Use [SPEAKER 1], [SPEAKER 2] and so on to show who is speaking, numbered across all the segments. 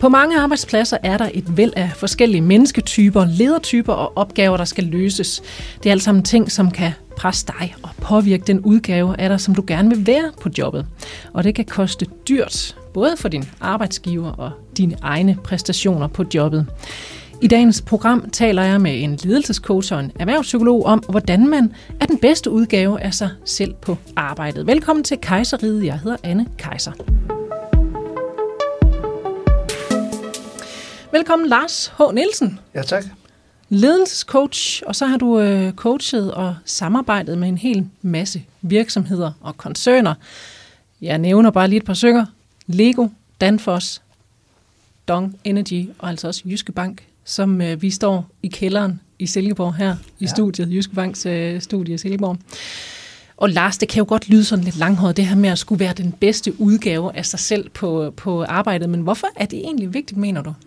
[SPEAKER 1] På mange arbejdspladser er der et væld af forskellige mennesketyper, ledertyper og opgaver, der skal løses. Det er alt sammen ting, som kan presse dig og påvirke den udgave af dig, som du gerne vil være på jobbet. Og det kan koste dyrt, både for din arbejdsgiver og dine egne præstationer på jobbet. I dagens program taler jeg med en ledelsescoach og en erhvervspsykolog om, hvordan man er den bedste udgave af sig selv på arbejdet. Velkommen til Kejserriget. Jeg hedder Anne Kejser. Velkommen Lars H. Nielsen.
[SPEAKER 2] Ja, tak.
[SPEAKER 1] Ledelsescoach, og så har du coachet og samarbejdet med en hel masse virksomheder og koncerner. Jeg nævner bare lige et par stykker. Lego, Danfoss, Dong Energy og altså også Jyske Bank, som vi står i kælderen i Silkeborg her i studiet, Jyske Banks studie i Silkeborg. Og Lars, det kan jo godt lyde sådan lidt langhåret, det her med at skulle være den bedste udgave af sig selv på arbejdet, men hvorfor er det egentlig vigtigt, mener du?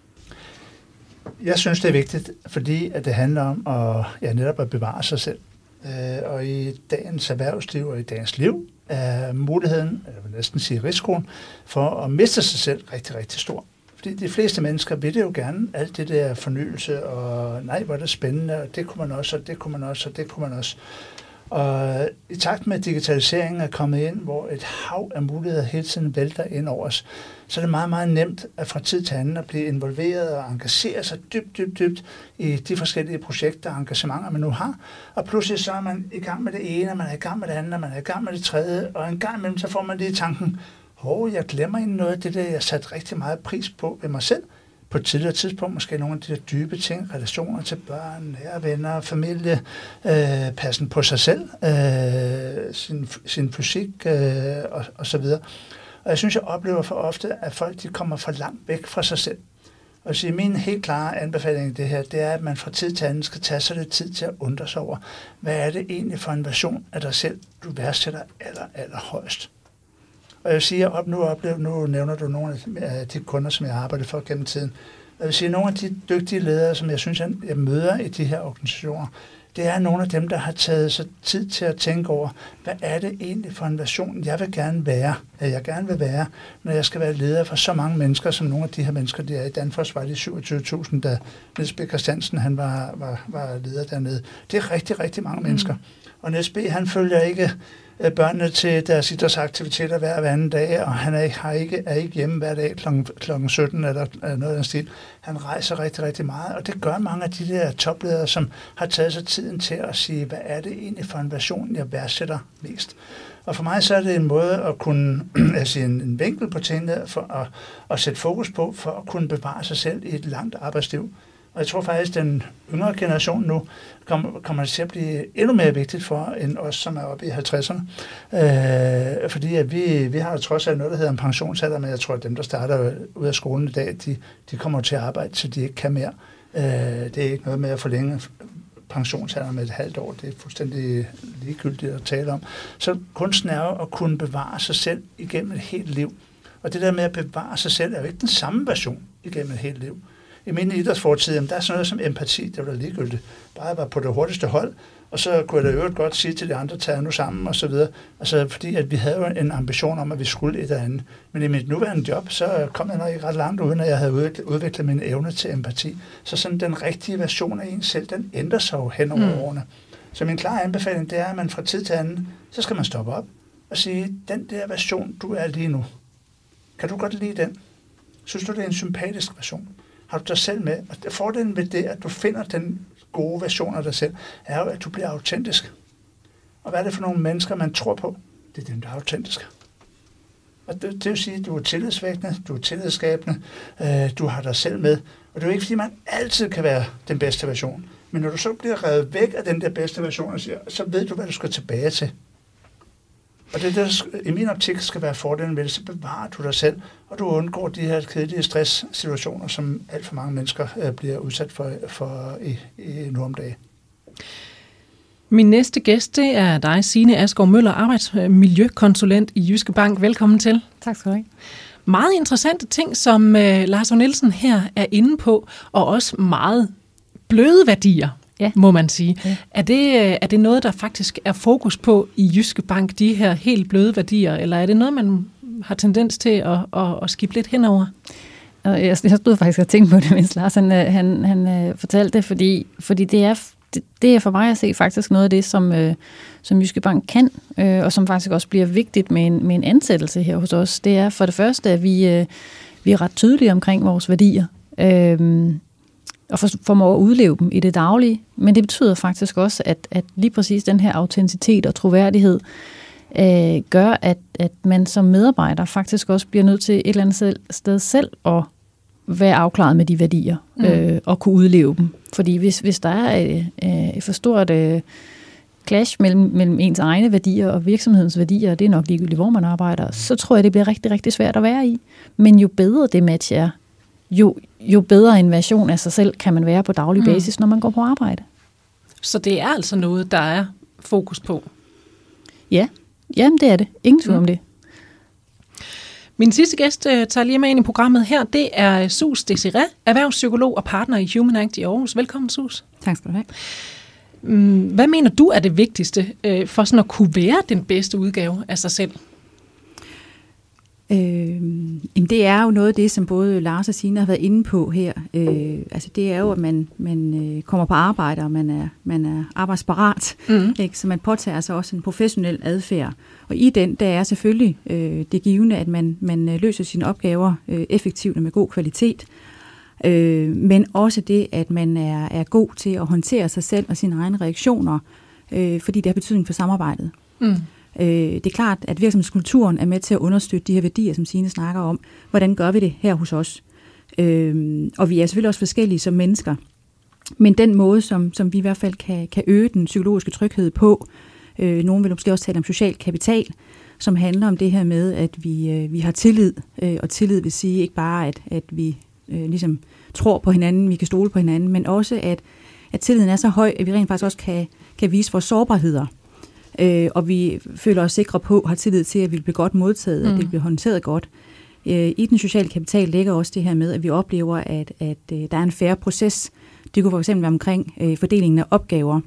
[SPEAKER 2] Jeg synes, det er vigtigt, fordi at det handler om netop at bevare sig selv. Og i dagens erhvervsliv og i dagens liv er muligheden, jeg vil næsten sige risikoen, for at miste sig selv rigtig, rigtig stor. Fordi de fleste mennesker vil det jo gerne, alt det der fornyelse, og nej, hvor er det spændende, og det kunne man også, og det kunne man også, og det kunne man også. Og i takt med, at digitaliseringen er kommet ind, hvor et hav af muligheder hele tiden vælter ind over os, så er det meget, meget nemt at fra tid til anden at blive involveret og engagere sig dybt i de forskellige projekter og engagementer, man nu har. Og pludselig så er man i gang med det ene, og man er i gang med det andet, og man er i gang med det tredje, og en gang imellem så får man lige tanken, jeg glemmer egentlig noget af det der, jeg satte rigtig meget pris på ved mig selv. På et tidligere tidspunkt måske nogle af de der dybe ting, relationer til børn, nære venner, familie, passen på sig selv, sin fysik og så videre. Og jeg synes, jeg oplever for ofte, at folk de kommer for langt væk fra sig selv. Og så min helt klare anbefaling i det her, det er, at man fra tid til anden skal tage sig lidt tid til at undre sig over, hvad er det egentlig for en version af dig selv, du værdsætter allerhøjst. Og jeg vil sige, at nu nævner du nogle af de kunder, som jeg har arbejdet for gennem tiden. Jeg vil sige, at nogle af de dygtige ledere, som jeg synes, jeg møder i de her organisationer, det er nogle af dem, der har taget sig tid til at tænke over, hvad er det egentlig for en version, jeg gerne vil være, når jeg skal være leder for så mange mennesker, som nogle af de her mennesker, der er i Danfoss, var de 27.000, da Niels B. Christiansen han var leder dernede. Det er rigtig, rigtig mange mennesker. Og Niels B. han følger ikke børnene til deres idrætsaktiviteter hver anden dag, og han er ikke hjemme hver dag klokken 17 eller noget af den stil. Han rejser rigtig, rigtig meget, og det gør mange af de der topledere, som har taget sig tiden til at sige, hvad er det egentlig for en version, jeg værdsætter mest. Og for mig så er det en måde at kunne, en vinkel på tingene for at sætte fokus på, for at kunne bevare sig selv i et langt arbejdsliv. Og jeg tror faktisk, at den yngre generation nu kommer til at blive endnu mere vigtigt for, end os, som er oppe i 50'erne. Fordi at vi har jo trods alt noget, der hedder en pensionsalder, men jeg tror, at dem, der starter ud af skolen i dag, de kommer til at arbejde, så de ikke kan mere. Det er ikke noget med at forlænge pensionsalderen med et halvt år. Det er fuldstændig ligegyldigt at tale om. Så kunsten er jo at kunne bevare sig selv igennem et helt liv. Og det der med at bevare sig selv er jo ikke den samme version igennem et helt liv. I min idrætsfortid, der er sådan noget som empati, det var da ligegyldigt. Bare jeg var på det hurtigste hold, og så kunne jeg da øvrigt godt sige til de andre, tager nu sammen og så videre. Altså fordi, at vi havde jo en ambition om, at vi skulle et eller andet. Men i mit nuværende job, så kom jeg nok ikke ret langt uden, at jeg havde udviklet min evne til empati. Så sådan den rigtige version af en selv, den ændrer sig jo hen over årene. Så min klare anbefaling, det er, at man fra tid til anden, så skal man stoppe op og sige, den der version, du er lige nu, kan du godt lide den? Synes du, det er en sympatisk version? Har du dig selv med? Og fordelen ved det, at du finder den gode version af dig selv, er jo, at du bliver autentisk. Og hvad er det for nogle mennesker, man tror på? Det er dem, der er autentiske. Og det vil sige, at du er tillidsvækkende, du er tillidsskabende, du har dig selv med. Og det er jo ikke, fordi man altid kan være den bedste version. Men når du så bliver revet væk af den der bedste version, så ved du, hvad du skal tilbage til. Og det der i min optik skal være fordelen ved det, så bevarer du dig selv, og du undgår de her kedelige stresssituationer, som alt for mange mennesker bliver udsat for i nu om dagen.
[SPEAKER 1] Min næste gæst, det er dig, Signe Asgaard Møller, arbejdsmiljøkonsulent i Jyske Bank. Velkommen til.
[SPEAKER 3] Tak skal du have.
[SPEAKER 1] Meget interessante ting, som Lars H. Nielsen her er inde på, og også meget bløde værdier. Ja. Må man sige. Ja. Er det noget, der faktisk er fokus på i Jyske Bank, de her helt bløde værdier, eller er det noget, man har tendens til at skippe lidt henover?
[SPEAKER 3] jeg stod faktisk og tænkte på det, mens Lars han fortalte det, fordi det er for mig at se faktisk noget af det, som Jyske Bank kan, og som faktisk også bliver vigtigt med en ansættelse her hos os. Det er for det første, at vi er ret tydelige omkring vores værdier, og formår at udleve dem i det daglige. Men det betyder faktisk også, at lige præcis den her autenticitet og troværdighed gør, at man som medarbejder faktisk også bliver nødt til et eller andet sted selv at være afklaret med de værdier og kunne udleve dem. Fordi hvis der er et for stort clash mellem ens egne værdier og virksomhedens værdier, og det er nok ligegyldigt, hvor man arbejder, så tror jeg, det bliver rigtig, rigtig svært at være i. Men jo bedre det match er, jo bedre en version af sig selv kan man være på daglig basis, når man går på arbejde.
[SPEAKER 1] Så det er altså noget, der er fokus på?
[SPEAKER 3] Ja, jamen det er det. Ingen tvivl om det.
[SPEAKER 1] Min sidste gæst tager lige med ind i programmet her. Det er Sus Desiré, erhvervspsykolog og partner i Human Act i Aarhus. Velkommen, Sus.
[SPEAKER 3] Tak skal du have.
[SPEAKER 1] Hvad mener du er det vigtigste for sådan at kunne være den bedste udgave af sig selv?
[SPEAKER 4] Det er jo noget af det, som både Lars og Signe har været inde på her. Det er jo, at man kommer på arbejde, og man er arbejdsparat, ikke? Så man påtager sig også en professionel adfærd. Og i den, der er selvfølgelig det givende, at man løser sine opgaver effektivt og med god kvalitet. Men også det, at man er god til at håndtere sig selv og sine egne reaktioner, fordi det har betydning for samarbejdet. Det er klart, at virksomhedskulturen er med til at understøtte de her værdier, som Signe snakker om. Hvordan gør vi det her hos os? Og vi er selvfølgelig også forskellige som mennesker. Men den måde, som vi i hvert fald kan øge den psykologiske tryghed på, nogen vil måske også tale om social kapital, som handler om det her med, at vi har tillid. Og tillid vil sige ikke bare, at vi ligesom tror på hinanden, vi kan stole på hinanden, men også, at tilliden er så høj, at vi rent faktisk også kan vise vores sårbarheder. Og vi føler os sikre på, har tillid til, at vi bliver godt modtaget, at det bliver håndteret godt. I den sociale kapital ligger også det her med, at vi oplever, at der er en fair proces. Det kunne for eksempel være omkring fordelingen af opgaver.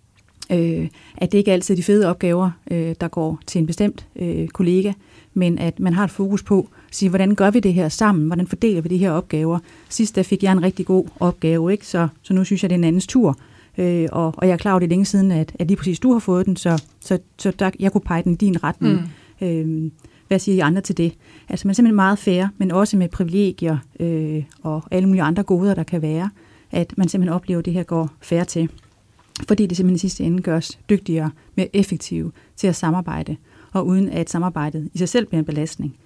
[SPEAKER 4] At det ikke altid er de fede opgaver, der går til en bestemt kollega, men at man har et fokus på at sige, hvordan gør vi det her sammen? Hvordan fordeler vi de her opgaver? Sidst der fik jeg en rigtig god opgave, ikke? Så nu synes jeg, det er en andens tur. Og jeg er klar over det længe siden, at lige præcis du har fået den, så der, jeg kunne pege den i din retning. Hvad siger I andre til det? Altså man er simpelthen meget fair, men også med privilegier og alle mulige andre goder, der kan være, at man simpelthen oplever, at det her går fair til. Fordi det simpelthen i sidste ende gør os dygtigere, mere effektive til at samarbejde, og uden at samarbejdet i sig selv bliver en belastning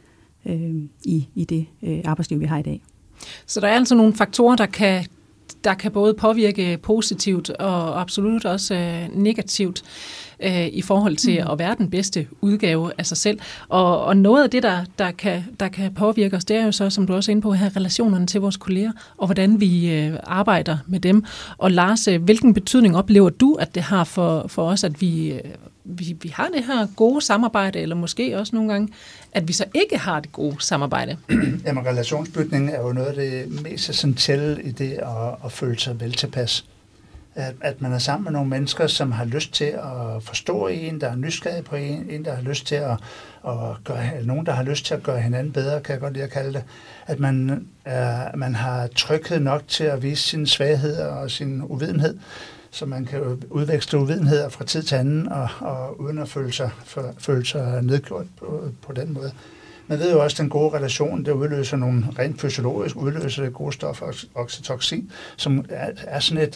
[SPEAKER 4] i det arbejdsliv, vi har i dag.
[SPEAKER 1] Så der er altså nogle faktorer, der kan både påvirke positivt og absolut også negativt i forhold til at være den bedste udgave af sig selv. Og noget af det, der kan påvirke os, det er jo så, som du også er inde på her, relationerne til vores kolleger, og hvordan vi arbejder med dem. Og Lars, hvilken betydning oplever du, at det har for os, at vi har det her gode samarbejde, eller måske også nogle gange, at vi så ikke har det gode samarbejde?
[SPEAKER 2] Jamen, relationsbygning er jo noget af det mest essentielle i det at føle sig vel tilpas. At man er sammen med nogle mennesker, som har lyst til at forstå en, der er nysgerrig på en der har lyst til at gøre, nogen, der har lyst til at gøre hinanden bedre, kan jeg godt lide at kalde det. At man har tryghed nok til at vise sine svagheder og sin uvidenhed, så man kan udveksle uvidenheder fra tid til anden, og uden at føle sig nedgjort på den måde. Man ved jo også, at den gode relation, det udløser nogle rent fysiologisk, udløser det gode stof, oxytocin, som er sådan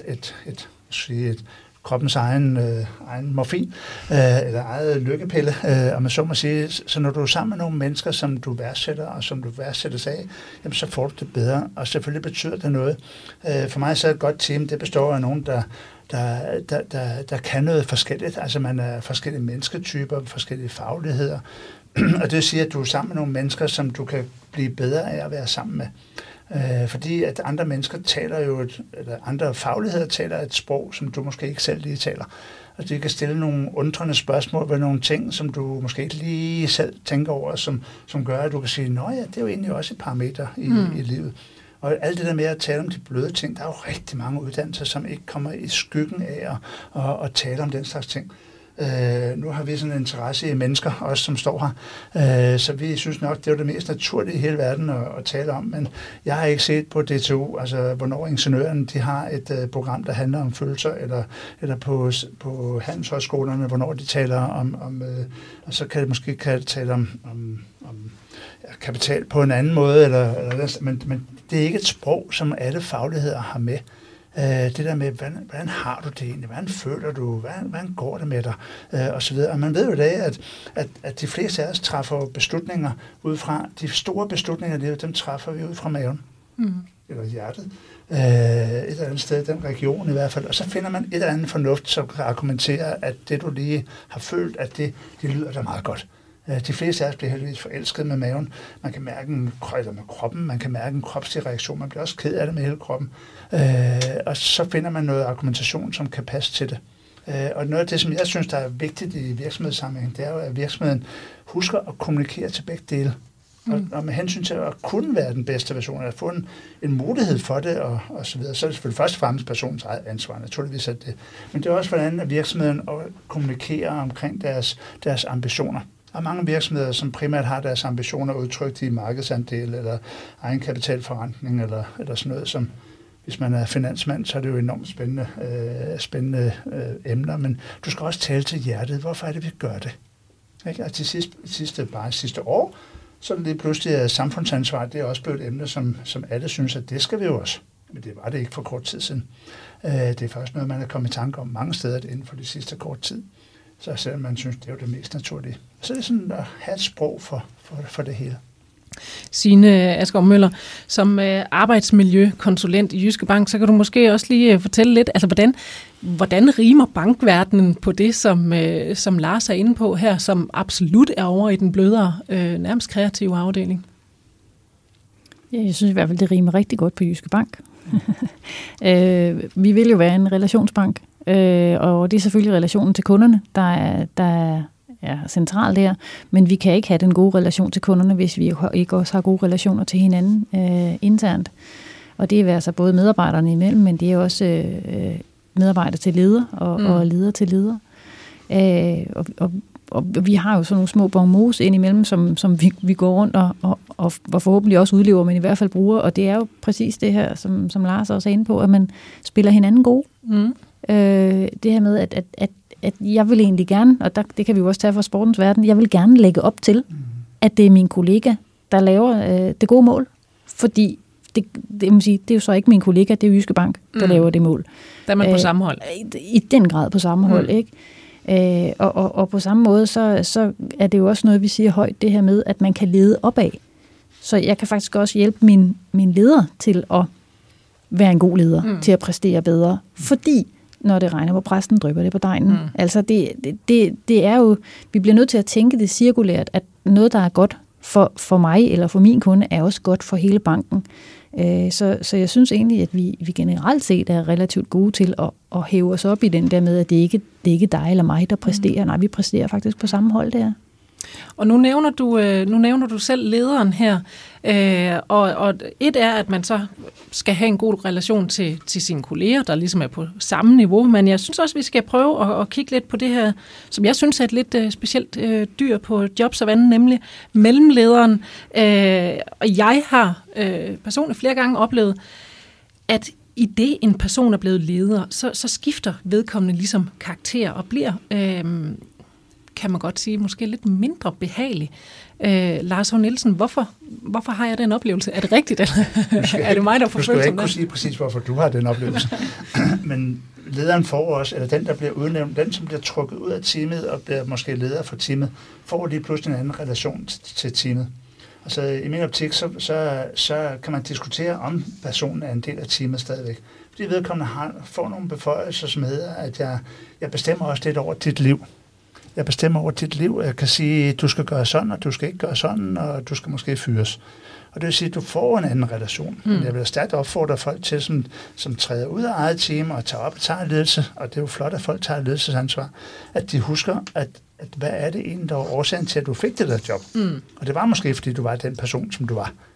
[SPEAKER 2] et kroppens egen morfin, eller eget lykkepille, om man så må sige. Så når du er sammen med nogle mennesker, som du værdsætter, og som du værdsættes af, jamen, så får du det bedre, og selvfølgelig betyder det noget. For mig så er et godt team, det består af nogen, der kan noget forskelligt. Altså man er forskellige mennesketyper, forskellige fagligheder, og det vil sige, at du er sammen med nogle mennesker, som du kan blive bedre af at være sammen med. Fordi at andre mennesker taler jo, eller andre fagligheder taler et sprog, som du måske ikke selv lige taler. Og de kan stille nogle undrende spørgsmål ved nogle ting, som du måske ikke lige selv tænker over, som gør, at du kan sige, nå ja, det er jo egentlig også et parameter i livet. Og alt det der med at tale om de bløde ting, der er jo rigtig mange uddannelser, som ikke kommer i skyggen af at tale om den slags ting. Nu har vi sådan en interesse i mennesker, os som står her, så vi synes nok, det er det mest naturlige i hele verden at tale om, men jeg har ikke set på DTU, altså hvornår ingeniørerne de har et program, der handler om følelser, eller på handelshøjskolerne, hvornår de taler om og så kan det måske tale om kapital på en anden måde, men det er ikke et sprog, som alle fagligheder har med. Det der med, hvordan har du det egentlig, hvordan føler du, hvordan går det med dig, og så videre. Og man ved jo i dag, at de fleste af os træffer beslutninger ud fra, de store beslutninger i livet, dem træffer vi ud fra maven, eller hjertet, et eller andet sted, den region i hvert fald, og så finder man et eller andet fornuft, som kan argumentere, at det du lige har følt, at det lyder da meget godt. De fleste af os bliver heldigvis forelsket med maven. Man kan mærke en krøjter med kroppen, man kan mærke en kropslig reaktion, man bliver også ked af det med hele kroppen. Og så finder man noget argumentation, som kan passe til det. Og noget af det, som jeg synes, der er vigtigt i virksomhedssammenhæng, det er jo, at virksomheden husker at kommunikere til begge dele. Og med hensyn til at kunne være den bedste version, at få en mulighed for det, og så videre, så er det selvfølgelig først og fremmest personens eget ansvar, naturligvis er det. Men det er også, hvordan at virksomheden kommunikerer omkring deres ambitioner. Der er mange virksomheder, som primært har deres ambitioner udtrykt i markedsandel eller egenkapitalforrentning eller sådan noget, som hvis man er finansmand, så er det jo enormt spændende emner, men du skal også tale til hjertet. Hvorfor er det, vi gør det? Ikke? Og til sidste år, så er det lige pludselig, at samfundsansvar, det er også blevet et emne, som alle synes, at det skal vi jo også. Men det var det ikke for kort tid siden. Det er faktisk noget, man er kommet i tanke om mange steder inden for de sidste kort tid. Så selvom man synes, det er jo det mest naturlige. Så det er sådan at have et sprog for det hele.
[SPEAKER 1] Signe Asgaard Møller, som arbejdsmiljøkonsulent i Jyske Bank, så kan du måske også lige fortælle lidt, altså hvordan rimer bankverdenen på det, som Lars er inde på her, som absolut er over i den blødere, nærmest kreative afdeling?
[SPEAKER 3] Ja, jeg synes i hvert fald, det rimer rigtig godt på Jyske Bank. Vi vil jo være en relationsbank, og det er selvfølgelig relationen til kunderne, der er centralt der, men vi kan ikke have den gode relation til kunderne, hvis vi ikke også har gode relationer til hinanden internt. Og det er altså både medarbejderne imellem, men det er også medarbejdere til leder og leder til leder. Og vi har jo sådan nogle små bonbons indimellem, som vi går rundt og forhåbentlig også udlever, men i hvert fald bruger. Og det er jo præcis det her, som Lars også er inde på, at man spiller hinanden god. Det her med, at jeg vil egentlig gerne, og det kan vi jo også tage fra sportens verden, jeg vil gerne lægge op til, at det er min kollega, der laver det gode mål. Fordi det må sige, det er jo så ikke min kollega, det er Jyske Bank, der laver det mål.
[SPEAKER 1] Der er man på samme hold.
[SPEAKER 3] I den grad på samme hold, ikke? Og på samme måde, så er det jo også noget, vi siger højt, det her med, at man kan lede opad. Så jeg kan faktisk også hjælpe min leder til at være en god leder, til at præstere bedre. Fordi når det regner på præsten, drypper det på dejen. Altså det er jo, vi bliver nødt til at tænke det cirkulært, at noget, der er godt for mig eller for min kunde, er også godt for hele banken. Så jeg synes egentlig, at vi generelt set er relativt gode til at hæve os op i den der med, at det ikke er dig eller mig, der præsterer. Nej, vi præsterer faktisk på samme hold der.
[SPEAKER 1] Og nu nævner du selv lederen her, og et er, at man så skal have en god relation til sine kolleger, der ligesom er på samme niveau, men jeg synes også, vi skal prøve at kigge lidt på det her, som jeg synes er et lidt specielt dyr på jobsavannen, nemlig mellemlederen. Og jeg har personligt flere gange oplevet, at i det en person er blevet leder, så skifter vedkommende ligesom karakter og bliver kan man godt sige, måske lidt mindre behagelig. Lars H. Nielsen, hvorfor har jeg den oplevelse? Er det rigtigt, eller er det mig, der får følelsen?
[SPEAKER 2] Du skal ikke kunne sige præcis, hvorfor du har den oplevelse. Men lederen får også, eller den, der bliver udnævnt, den, som bliver trukket ud af teamet og bliver måske leder for teamet, får lige pludselig en anden relation til teamet. Altså i min optik, så kan man diskutere, om personen er en del af teamet stadigvæk. Fordi vedkommende får nogle beføjelser, som hedder, at jeg bestemmer også lidt over dit liv. Jeg bestemmer over dit liv. Jeg kan sige, du skal gøre sådan, og du skal ikke gøre sådan, og du skal måske fyres. Og det vil sige, at du får en anden relation. Men jeg vil stærkt opfordre folk til, som træder ud af eget team og tager op og tager ledelse, og det er jo flot, at folk tager ledelsesansvar, at de husker, at hvad er det egentlig, der var årsagen til, at du fik det der job? Og det var måske, fordi du var den person, som du var.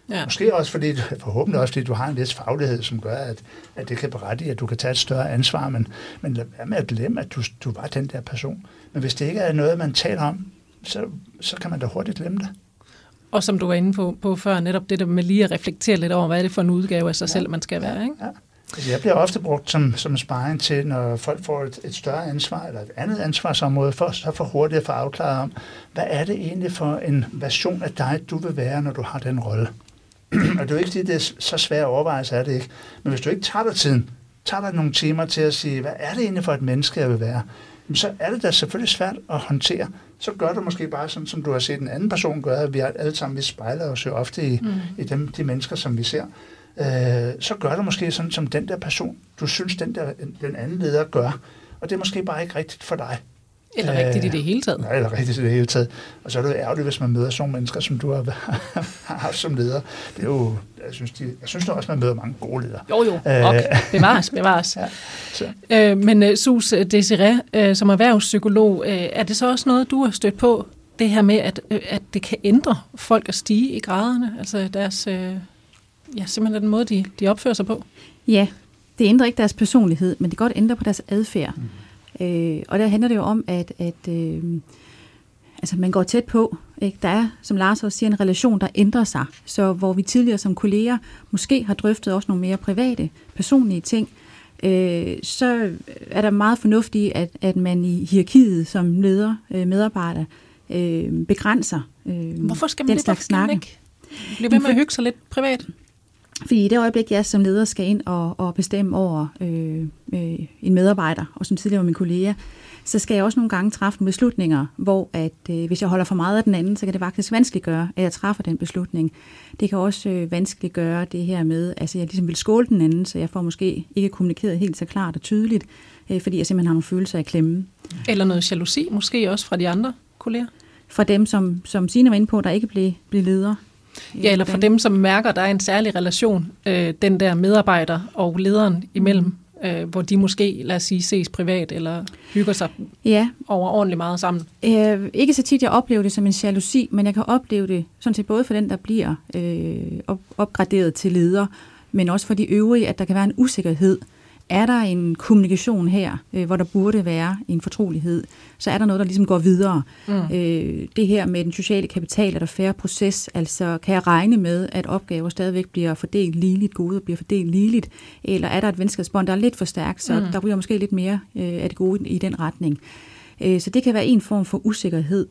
[SPEAKER 2] Ja. Måske også forhåbentlig også fordi du har en vis faglighed, som gør, at det kan berettige, at du kan tage et større ansvar, men lad være med at glemme, at du var den der person. Men hvis det ikke er noget, man taler om, så kan man da hurtigt glemme det.
[SPEAKER 1] Og som du var inde på før, netop det der med lige at reflektere lidt over, hvad er det for en udgave af sig selv, man skal være, ikke?
[SPEAKER 2] Ja. Altså, jeg bliver ofte brugt som sparring til, når folk får et større ansvar, eller et andet ansvarsområde, så for hurtigt at få afklaret om, hvad er det egentlig for en version af dig, du vil være, når du har den rolle. Og det er jo ikke fordi, det er så svært at overveje, er det ikke. Men hvis du ikke tager dig tiden, tager dig nogle timer til at sige, hvad er det egentlig for et menneske, jeg vil være, så er det da selvfølgelig svært at håndtere. Så gør du måske bare sådan, som du har set en anden person gøre, at vi alle sammen, vi spejler os jo ofte i de mennesker, som vi ser. Så gør du måske sådan, som den der person, du synes, den anden leder gør. Og det er måske bare ikke rigtigt for dig.
[SPEAKER 1] Eller rigtigt i det hele taget.
[SPEAKER 2] Nej, eller rigtigt i det hele taget. Og så er det jo ærgerligt, hvis man møder sådan mennesker, som du har haft som leder. Det er jo, jeg synes også, man møder mange gode ledere.
[SPEAKER 1] Jo, bevares. Ja, men Sus Desiree, som erhvervspsykolog, er det så også noget, du har stødt på, det her med, at det kan ændre folk at stige i graderne? Altså deres, simpelthen den måde, de opfører sig på?
[SPEAKER 4] Ja, det ændrer ikke deres personlighed, men det kan godt ændre på deres adfærd. Og der handler det jo om, at man går tæt på. Ikke? Der er, som Lars også siger, en relation, der ændrer sig. Så hvor vi tidligere som kolleger måske har drøftet også nogle mere private, personlige ting, så er der meget fornuftigt, at man i hierarkiet som leder, medarbejder, begrænser
[SPEAKER 1] Hvorfor skal man
[SPEAKER 4] den
[SPEAKER 1] det
[SPEAKER 4] slags snakke.
[SPEAKER 1] ikke? Bliver ved med at hygge sig lidt privat?
[SPEAKER 4] Fordi i det øjeblik, jeg som leder skal ind og bestemme over en medarbejder, og som tidligere var min kollega, så skal jeg også nogle gange træffe beslutninger, hvor hvis jeg holder for meget af den anden, så kan det faktisk vanskeliggøre, at jeg træffer den beslutning. Det kan også vanskeliggøre det her med, altså jeg ligesom vil skåle den anden, så jeg får måske ikke kommunikeret helt så klart og tydeligt, fordi jeg simpelthen har nogle følelser i klemme.
[SPEAKER 1] Eller noget jalousi, måske også fra de andre kolleger?
[SPEAKER 4] Fra dem, som Signe var inde på, der ikke blev ledere.
[SPEAKER 1] Ja, eller for dem, som mærker, at der er en særlig relation, den der medarbejder og lederen imellem, hvor de måske, lad os sige, ses privat eller hygger sig over ordentligt meget sammen.
[SPEAKER 4] Ikke så tit, jeg oplever det som en jalousi, men jeg kan opleve det sådan set både for den, der bliver opgraderet til leder, men også for de øvrige, at der kan være en usikkerhed. Er der en kommunikation her, hvor der burde være en fortrolighed, så er der noget, der ligesom går videre. Det her med den sociale kapital, er der færre proces, altså kan jeg regne med, at opgaver stadigvæk bliver fordelt ligeligt, gode bliver fordelt ligeligt, eller er der et venskabsbånd, der er lidt for stærkt, så der bliver måske lidt mere af det gode i den retning. Så det kan være en form for usikkerhed.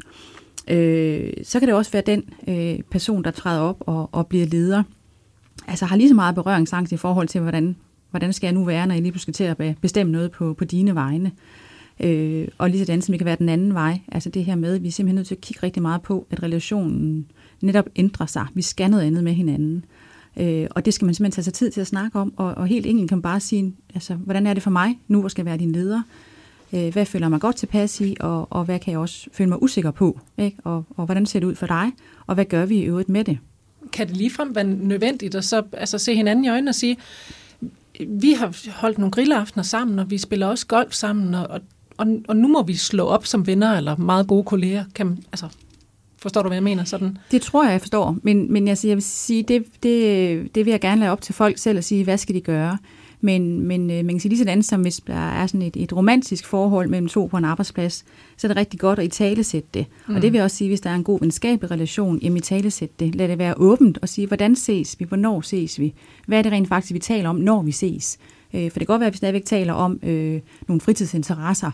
[SPEAKER 4] Så kan det også være den person, der træder op og bliver leder, altså har lige så meget berøringsangst i forhold til, hvordan skal jeg nu være, når jeg lige pludselig skal til at bestemme noget på dine vegne. Og lige sådan som det kan være den anden vej. Altså det her med, at vi er simpelthen nødt til at kigge rigtig meget på, at relationen netop ændrer sig. Vi skal noget andet med hinanden. Og det skal man simpelthen tage sig tid til at snakke om. Og helt enkelt kan man bare sige, altså, hvordan er det for mig nu, hvor skal jeg være din leder? Hvad føler jeg mig godt tilpas i, og hvad kan jeg også føle mig usikker på? Ikke? Og hvordan ser det ud for dig? Og hvad gør vi i øvrigt med det?
[SPEAKER 1] Kan det ligefrem være nødvendigt at så se hinanden i øjnene og sige, vi har holdt nogle grillaftener sammen, og vi spiller også golf sammen, og nu må vi slå op som venner eller meget gode kolleger. Forstår du, hvad jeg mener? Sådan?
[SPEAKER 4] Det tror jeg forstår, men jeg vil sige, det vil jeg gerne lade op til folk selv at sige, hvad skal de gøre? Men man kan sige lige sådan, som hvis der er sådan et romantisk forhold mellem to på en arbejdsplads, så er det rigtig godt at italesætte det. Og det vil også sige, hvis der er en god venskabelig relation, jamen italesætte det. Lad det være åbent og sige, hvordan ses vi, hvornår ses vi? Hvad er det rent faktisk, vi taler om, når vi ses? For det kan godt være, at vi stadigvæk taler om nogle fritidsinteresser,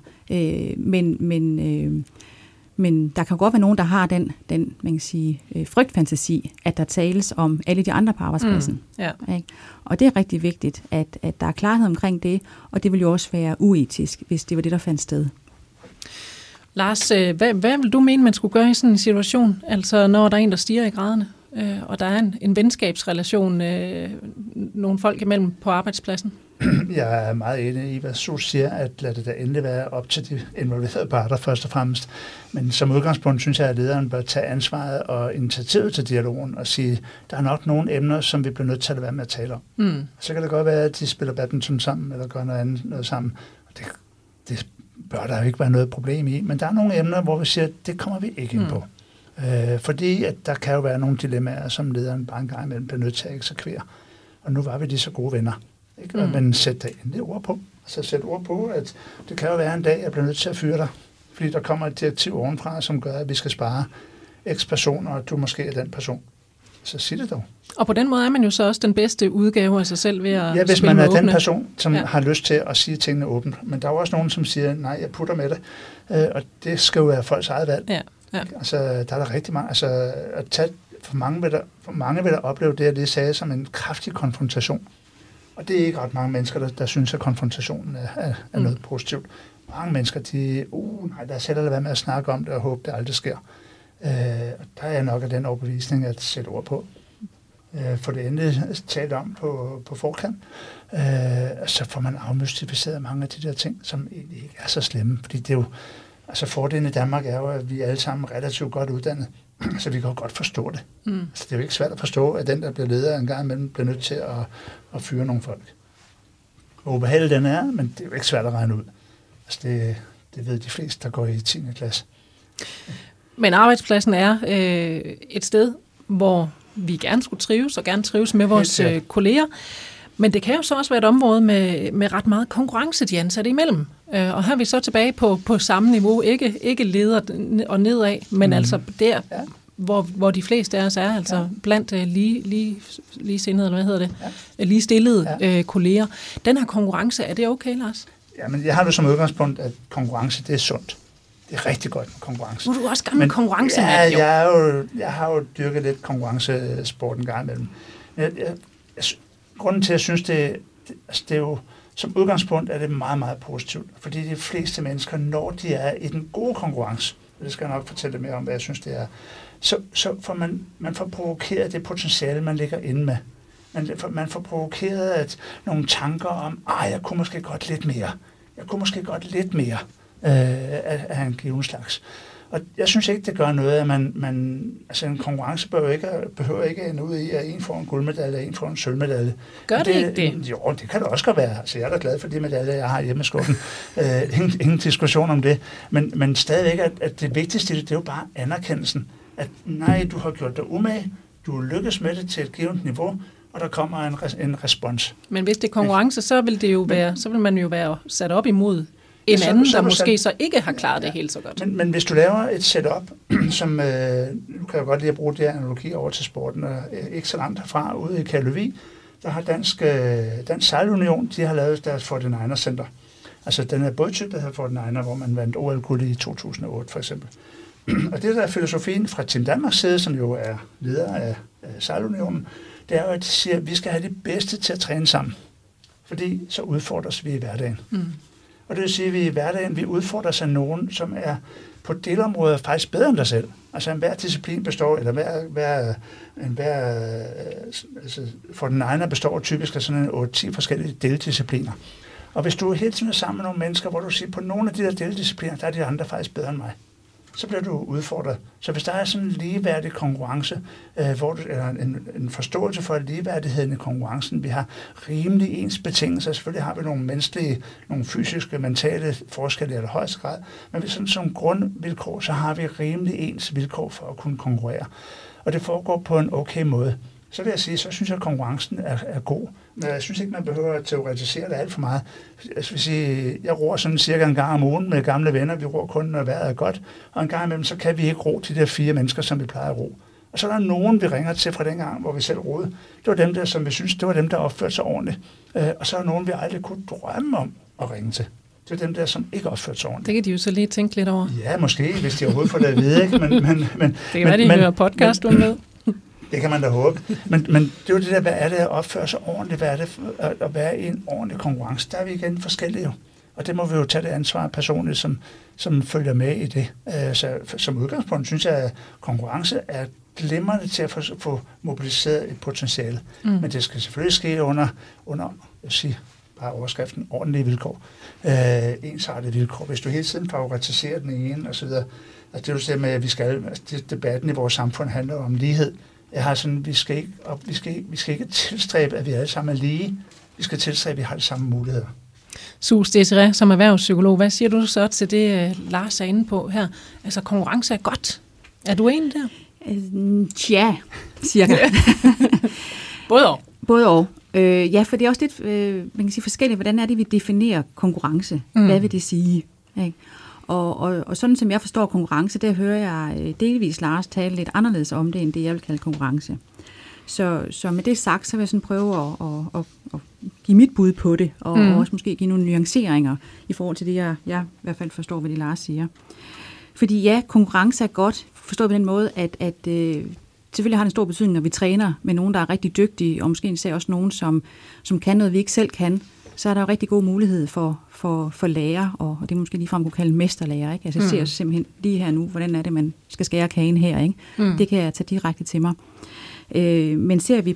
[SPEAKER 4] men der kan godt være nogen, der har den man kan sige, frygtfantasi, at der tales om alle de andre på arbejdspladsen. Ikke? Og det er rigtig vigtigt, at der er klarhed omkring det, og det vil jo også være uetisk, hvis det var det, der fandt sted.
[SPEAKER 1] Lars, hvad vil du mene, man skulle gøre i sådan en situation? Altså når der er en, der stiger i graderne, og der er en venskabsrelation nogle folk imellem på arbejdspladsen?
[SPEAKER 2] Jeg er meget enig i, hvad Sus siger, at lad det da endelig være op til de involverede parter først og fremmest. Men som udgangspunkt synes jeg, at lederen bør tage ansvaret og initiativet til dialogen og sige, der er nok nogle emner, som vi bliver nødt til at være med at tale om. Så kan det godt være, at de spiller badminton sammen eller gør noget sammen. Og det bør der jo ikke være noget problem i. Men der er nogle emner, hvor vi siger, at det kommer vi ikke ind på. Fordi at der kan jo være nogle dilemmaer, som lederen bare en gang imellem bliver nødt til at eksekvere. Og nu var vi de så gode venner. Ikke? Men sæt endelig ord på. Altså sæt ord på, at det kan jo være en dag, jeg bliver nødt til at fyre dig. Fordi der kommer et direktiv ovenfra, som gør, at vi skal spare x personer, og du måske er den person. Så sig det dog.
[SPEAKER 1] Og på den måde er man jo så også den bedste udgave af sig selv ved at
[SPEAKER 2] ja, hvis man er den person, som
[SPEAKER 1] ja.
[SPEAKER 2] har lyst til at sige tingene åbent. Men der er jo også nogen, som siger, nej, jeg putter med det. Og det skal jo være folks eget valg.
[SPEAKER 1] Ja. Ja.
[SPEAKER 2] Altså, der er der rigtig mange. Altså, at tage, for mange vil der opleve det, jeg lige sagde, som en kraftig konfrontation. Og det er ikke ret mange mennesker, der synes, at konfrontationen er noget positivt. Mange mennesker, nej, lad os hellere lade være med at snakke om det og håbe, det aldrig sker. Og der er jeg nok af den overbevisning at sætte ord på. For det endelig talt om på forkant. Så får man afmystificeret mange af de der ting, som egentlig ikke er så slemme. Fordi det er jo, altså fordelen i Danmark er jo, at vi er alle sammen relativt godt uddannet. Så vi kan jo godt forstå det. Altså, det er jo ikke svært at forstå, at den, der bliver leder en gang imellem, bliver nødt til at fyre nogle folk. Hvor ubehageligt den er, men det er jo ikke svært at regne ud. Altså, det ved de fleste, der går i 10. klasse.
[SPEAKER 1] Men arbejdspladsen er et sted, hvor vi gerne skulle trives, og gerne trives med vores kolleger. Men det kan jo så også være et område med ret meget konkurrence, de ansatte imellem. Og her er vi så tilbage på samme niveau. Ikke leder og nedad, men altså der, hvor de fleste af os er, altså blandt ligesindede, eller hvad hedder det, ligestillede kolleger. Den her konkurrence, er det okay, Lars?
[SPEAKER 2] Ja, men jeg har det som udgangspunkt, at konkurrence, det er sundt. Det er rigtig godt med konkurrence.
[SPEAKER 1] Nu er du også gammel konkurrencemand, jo.
[SPEAKER 2] Jeg har jo dyrket lidt konkurrencesport en gang imellem. Grunden til, at jeg synes, det er jo, som udgangspunkt er det meget, meget positivt. Fordi de fleste mennesker, når de er i den gode konkurrence, og det skal jeg nok fortælle mere om, hvad jeg synes, det er, så får man får provokeret det potentiale, man ligger inde med. Man får provokeret nogle tanker om, jeg kunne måske godt lidt mere. Jeg kunne måske godt lidt mere af en given slags. Og jeg synes ikke, det gør noget, at altså en konkurrence behøver ikke ende ud i, at en får en guldmedalje, og en får en sølvmedalje.
[SPEAKER 1] Gør det ikke det?
[SPEAKER 2] Jo, det kan det også godt være. Altså, jeg er da glad for de medaljer, jeg har hjemme i skuffen. Ingen diskussion om det. Men stadigvæk, at det vigtigste, det er jo bare anerkendelsen. At nej, du har gjort dig umage, du har lykkes med det til et givet niveau, og der kommer en respons.
[SPEAKER 1] Men hvis det er konkurrence, så vil man jo være sat op imod en anden, der måske så ikke har klaret det helt så godt.
[SPEAKER 2] Men hvis du laver et setup, som, nu kan jeg godt lide at bruge det her analogi over til sporten, og ikke så langt herfra, ude i Karlovy, der har Dansk Sejlunion, de har lavet deres 49ers Center. Altså den her bådtype, der hedder 49er, hvor man vandt OL-guld i 2008 for eksempel. Og det der er filosofien fra Team Danmarks side, som jo er leder af Sejlunionen, det er jo, at de siger, at vi skal have de bedste til at træne sammen. Fordi så udfordres vi i hverdagen. Og det vil sige, at vi i hverdagen vi udfordres af nogen, som er på delområder faktisk bedre end dig selv. Altså enhver disciplin består, eller altså for den ene består typisk af sådan 8-10 forskellige deldiscipliner. Og hvis du hele tiden er sammen med nogle mennesker, hvor du siger, på nogle af de der deldiscipliner, der er de andre faktisk bedre end mig, så bliver du udfordret. Så hvis der er sådan en ligeværdig konkurrence, eller en forståelse for ligeværdigheden i konkurrencen, vi har rimelig ens betingelser, selvfølgelig har vi nogle menneskelige, nogle fysiske, mentale forskelle i allerhøjeste grad, men sådan som grundvilkår, så har vi rimelig ens vilkår for at kunne konkurrere. Og det foregår på en okay måde. Så vil jeg sige, så synes jeg, at konkurrencen er god. Men jeg synes ikke, man behøver at teoretisere det alt for meget. Jeg ror sådan cirka en gang om ugen med gamle venner. Vi ror kun, når vejret er godt. Og en gang imellem, så kan vi ikke ro de der 4 mennesker, som vi plejer at ro. Og så er der nogen, vi ringer til fra den gang, hvor vi selv roede. Det var dem der, som vi synes, det var dem, der opførte sig ordentligt. Og så er der nogen, vi aldrig kunne drømme om at ringe til. Det er dem der, som ikke opførte sig ordentligt.
[SPEAKER 1] Det kan de jo så lige tænke lidt over.
[SPEAKER 2] Ja, måske, hvis de overhovedet får det at vide. Ikke? Men,
[SPEAKER 1] det kan være, de hører podcast med.
[SPEAKER 2] Det kan man da håbe. Men det er jo det der, hvad er det at opføre sig ordentligt? Hvad er det at være i en ordentlig konkurrence? Der er vi igen forskellige jo. Og det må vi jo tage det ansvar personligt, som følger med i det. Så som udgangspunkt synes jeg, at konkurrence er glimrende til at få mobiliseret et potentiale. Men det skal selvfølgelig ske under jeg siger bare overskriften, ordentlige vilkår. Ensartede vilkår. Hvis du hele tiden favoritiserer den ene og så videre. Altså det du siger med, at debatten i vores samfund handler om lighed. Jeg har sådan, vi skal ikke tilstræbe, at vi alle sammen er lige. Vi skal tilstræbe, at vi har de samme muligheder.
[SPEAKER 1] Sus Desiree, som erhvervspsykolog, hvad siger du så til det, Lars er inde på her? Altså, konkurrence er godt. Er du enig der?
[SPEAKER 4] Tja, cirka.
[SPEAKER 1] Både og.
[SPEAKER 4] Både og. Ja, for det er også lidt man kan sige forskelligt, hvordan er det, vi definerer konkurrence? Hvad vil det sige? Ikke? Og sådan som jeg forstår konkurrence, der hører jeg delvis Lars tale lidt anderledes om det, end det jeg vil kalde konkurrence. Så med det sagt, så vil jeg sådan prøve at give mit bud på det, og også måske give nogle nuanceringer i forhold til det, jeg i hvert fald forstår, hvad det Lars siger. Fordi ja, konkurrence er godt, forstået på den måde, at selvfølgelig har det en stor betydning, når vi træner med nogen, der er rigtig dygtige, og måske især også nogen, som kan noget, vi ikke selv kan, så er der jo rigtig god mulighed for lærer, og det måske ligefrem kunne kalde mesterlærer. Ikke? Altså jeg ser simpelthen lige her nu, hvordan er det, man skal skære kagen her. Ikke? Det kan jeg tage direkte til mig. Men ser vi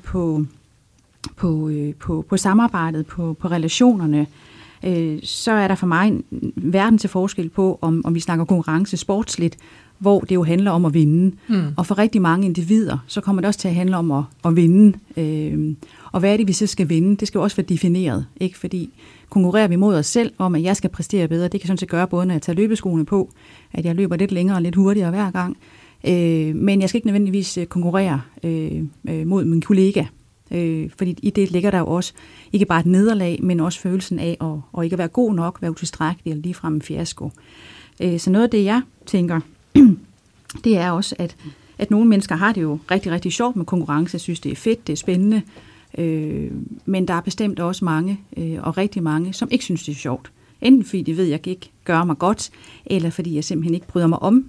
[SPEAKER 4] på samarbejdet, på relationerne, så er der for mig en verden til forskel på, om vi snakker konkurrence sportsligt, hvor det jo handler om at vinde. Og for rigtig mange individer, så kommer det også til at handle om at vinde. Og hvad er det, vi så skal vinde? Det skal jo også være defineret, ikke? Fordi konkurrerer vi mod os selv om, at jeg skal præstere bedre, det kan sådan set gøre både, når jeg tager løbeskoene på, at jeg løber lidt længere og lidt hurtigere hver gang. Men jeg skal ikke nødvendigvis konkurrere mod min kollega. Fordi i det ligger der jo også ikke bare et nederlag, men også følelsen af at ikke at være god nok, være utilstrækkelig eller ligefrem en fiasko. Så noget af det, jeg tænker, det er også, at nogle mennesker har det jo rigtig, rigtig sjovt med konkurrence. Jeg synes, det er fedt, det er spændende. Men der er bestemt også mange, og rigtig mange, som ikke synes, det er sjovt. Enten fordi de ved, at jeg ikke gør mig godt, eller fordi jeg simpelthen ikke bryder mig om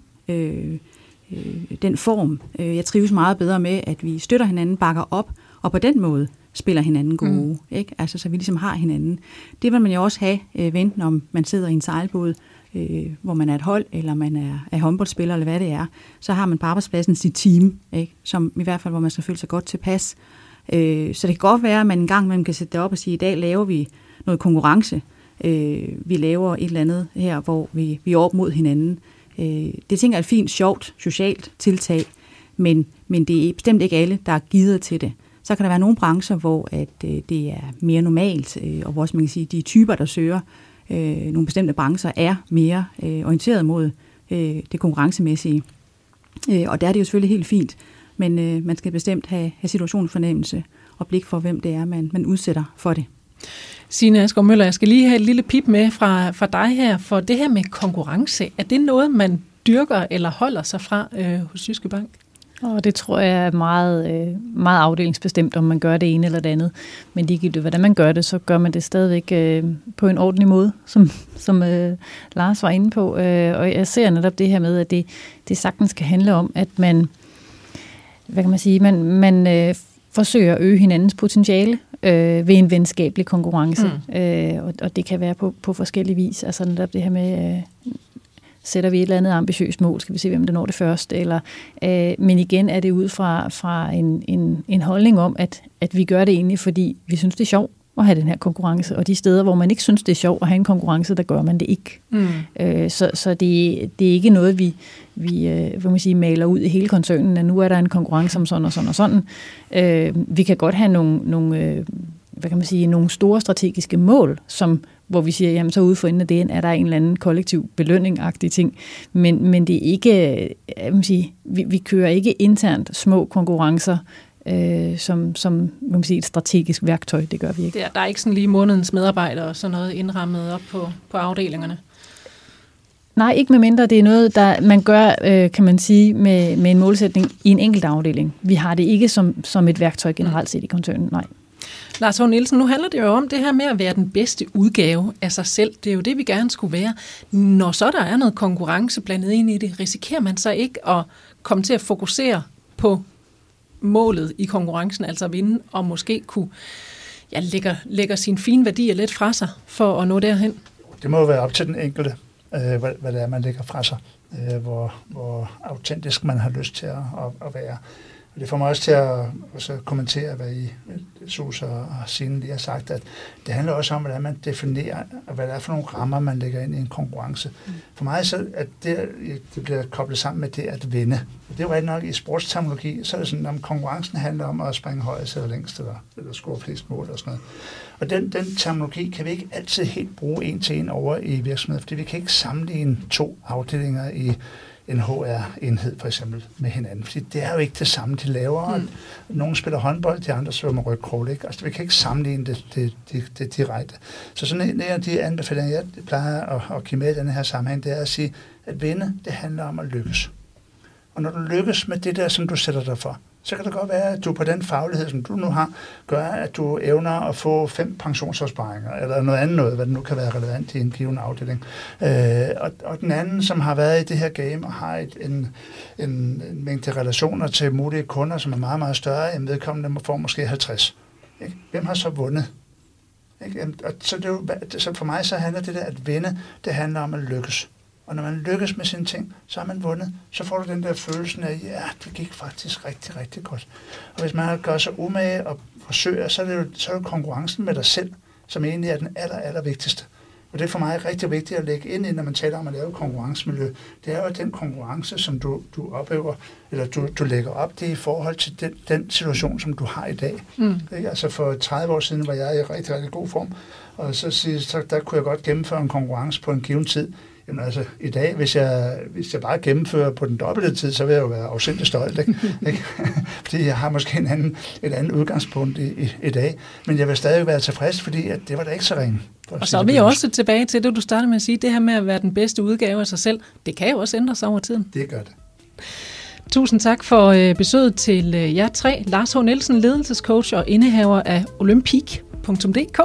[SPEAKER 4] den form. Jeg trives meget bedre med, at vi støtter hinanden, bakker op, og på den måde spiller hinanden gode. Ikke? Altså, så vi ligesom har hinanden. Det vil man jo også have, enten om man sidder i en sejlbåd, hvor man er et hold, eller man er håndboldspiller, eller hvad det er. Så har man på arbejdspladsen sit team, ikke? Som i hvert fald, hvor man skal føle sig godt tilpas. Så det kan godt være, at man en gang man kan sætte det op og sige, at i dag laver vi noget konkurrence. Vi laver et eller andet her, hvor vi er op mod hinanden. Det tænker jeg er et fint, sjovt, socialt tiltag, men det er bestemt ikke alle, der er givet til det. Så kan der være nogle brancher, hvor at, det er mere normalt, og hvor man kan sige, de typer, der søger nogle bestemte brancher, er mere orienteret mod det konkurrencemæssige. Og der er det jo selvfølgelig helt fint, men man skal bestemt have situationsfornemmelse og blik for, hvem det er, man udsætter for det.
[SPEAKER 1] Signe Asgaard Møller, jeg skal lige have et lille pip med fra dig her, for det her med konkurrence, er det noget, man dyrker eller holder sig fra hos Jyske Bank?
[SPEAKER 3] Og det tror jeg er meget, meget afdelingsbestemt, om man gør det ene eller det andet. Men ligegyldigt, hvordan man gør det, så gør man det stadigvæk på en ordentlig måde, som Lars var inde på. Og jeg ser netop det her med, at det sagtens kan handle om, at man, hvad kan man sige, man forsøger at øge hinandens potentiale ved en venskabelig konkurrence. Og det kan være på forskellige vis. Altså netop det her med... sætter vi et eller andet ambitiøst mål, skal vi se, hvem der når det først, eller, men igen er det ud fra en holdning om, at vi gør det egentlig, fordi vi synes, det er sjovt at have den her konkurrence, og de steder, hvor man ikke synes, det er sjovt at have en konkurrence, der gør man det ikke. Så det er ikke noget, vi hvad man sige, maler ud i hele koncernen, at nu er der en konkurrence om sådan og sådan og sådan. Vi kan godt have nogle hvad kan man sige, nogle store strategiske mål, hvor vi siger, jamen så ude for enden af det, er der en eller anden kollektiv belønning-agtig ting. Men det er ikke, vi kører ikke internt små konkurrencer, som man sige, et strategisk værktøj. Det gør vi ikke.
[SPEAKER 1] Der er ikke sådan lige månedens medarbejdere og sådan noget indrammet op på afdelingerne?
[SPEAKER 3] Nej, ikke med mindre. Det er noget, der man gør, kan man sige, med en målsætning i en enkelt afdeling. Vi har det ikke som et værktøj generelt set i koncernen, nej.
[SPEAKER 1] Lars H. Nielsen, nu handler det jo om det her med at være den bedste udgave af sig selv. Det er jo det, vi gerne skulle være. Når så der er noget konkurrence blandet ind i det, risikerer man så ikke at komme til at fokusere på målet i konkurrencen, altså at vinde, og måske kunne lægger sine fine værdier lidt fra sig for at nå derhen?
[SPEAKER 2] Det må jo være op til den enkelte, hvad det er, man lægger fra sig, hvor autentisk man har lyst til at være. Og det får mig også til at kommentere, hvad I Sus og Signe lige har sagt, at det handler også om, hvordan man definerer, og hvad det er for nogle rammer, man lægger ind i en konkurrence. For mig så, at det bliver koblet sammen med det at vinde. Det er jo rigtig nok i sportsterminologi, så er det sådan, at konkurrencen handler om at springe højest eller længst, eller score flest mål og sådan noget. Og den terminologi kan vi ikke altid helt bruge en til en over i virksomheden, fordi vi kan ikke sammenligne 2 afdelinger i en HR-enhed for eksempel med hinanden, fordi det er jo ikke det samme, de laver. Nogle spiller håndbold, de andre svømmer rygcrawl, ikke? Altså vi kan ikke sammenligne det direkte. Så sådan en af de anbefalinger, jeg plejer at give med i denne her sammenhæng, det er at sige, at vinde, det handler om at lykkes. Og når du lykkes med det der, som du sætter dig for, så kan det godt være, at du på den faglighed, som du nu har, gør, at du evner at få 5 pensionsopsparinger, eller noget andet noget, hvad det nu kan være relevant i en given afdeling. Og den anden, som har været i det her game, og har en mængde relationer til mulige kunder, som er meget, meget større, end vedkommende får måske 50. Ikke? Hvem har så vundet? Ikke? Og så for mig så handler det der at vinde, det handler om at lykkes. Og når man lykkes med sine ting, så har man vundet. Så får du den der følelse af, ja, det gik faktisk rigtig, rigtig godt. Og hvis man gør sig umage og forsøger, så er det konkurrencen med dig selv, som egentlig er den aller vigtigste. Og det er for mig rigtig vigtigt at lægge ind i, når man taler om at lave konkurrencemiljø. Det er jo den konkurrence, som du opøver, eller du lægger op, det i forhold til den situation, som du har i dag. Ikke? Altså for 30 år siden var jeg i rigtig, rigtig god form, og så der kunne jeg godt gennemføre en konkurrence på en given tid. Jamen altså, i dag, hvis jeg bare gennemfører på den dobbelte tid, så vil jeg jo være afsindig stolt, ikke? Fordi jeg har måske et andet udgangspunkt i dag. Men jeg vil stadig være tilfreds, fordi at det var da ikke så ringe.
[SPEAKER 1] Og så er vi også tilbage til det, du startede med at sige, det her med at være den bedste udgave af sig selv, det kan jo også ændre sig over tiden.
[SPEAKER 2] Det gør det.
[SPEAKER 1] Tusind tak for besøget til jer 3. Lars H. Nielsen, ledelsescoach og indehaver af olympic.dk.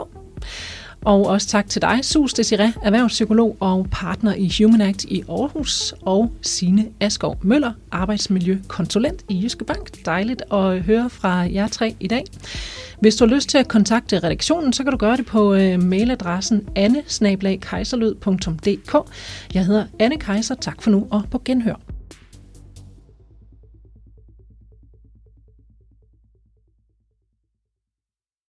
[SPEAKER 1] Og også tak til dig, Sus Desiré, erhvervspsykolog og partner i Human Act i Aarhus, og Signe Askov Møller, arbejdsmiljøkonsulent i Jyske Bank. Dejligt at høre fra jer 3 i dag. Hvis du har lyst til at kontakte redaktionen, så kan du gøre det på mailadressen anne@kejserlyd.dk. Jeg hedder Anne Kejser. Tak for nu og på genhør.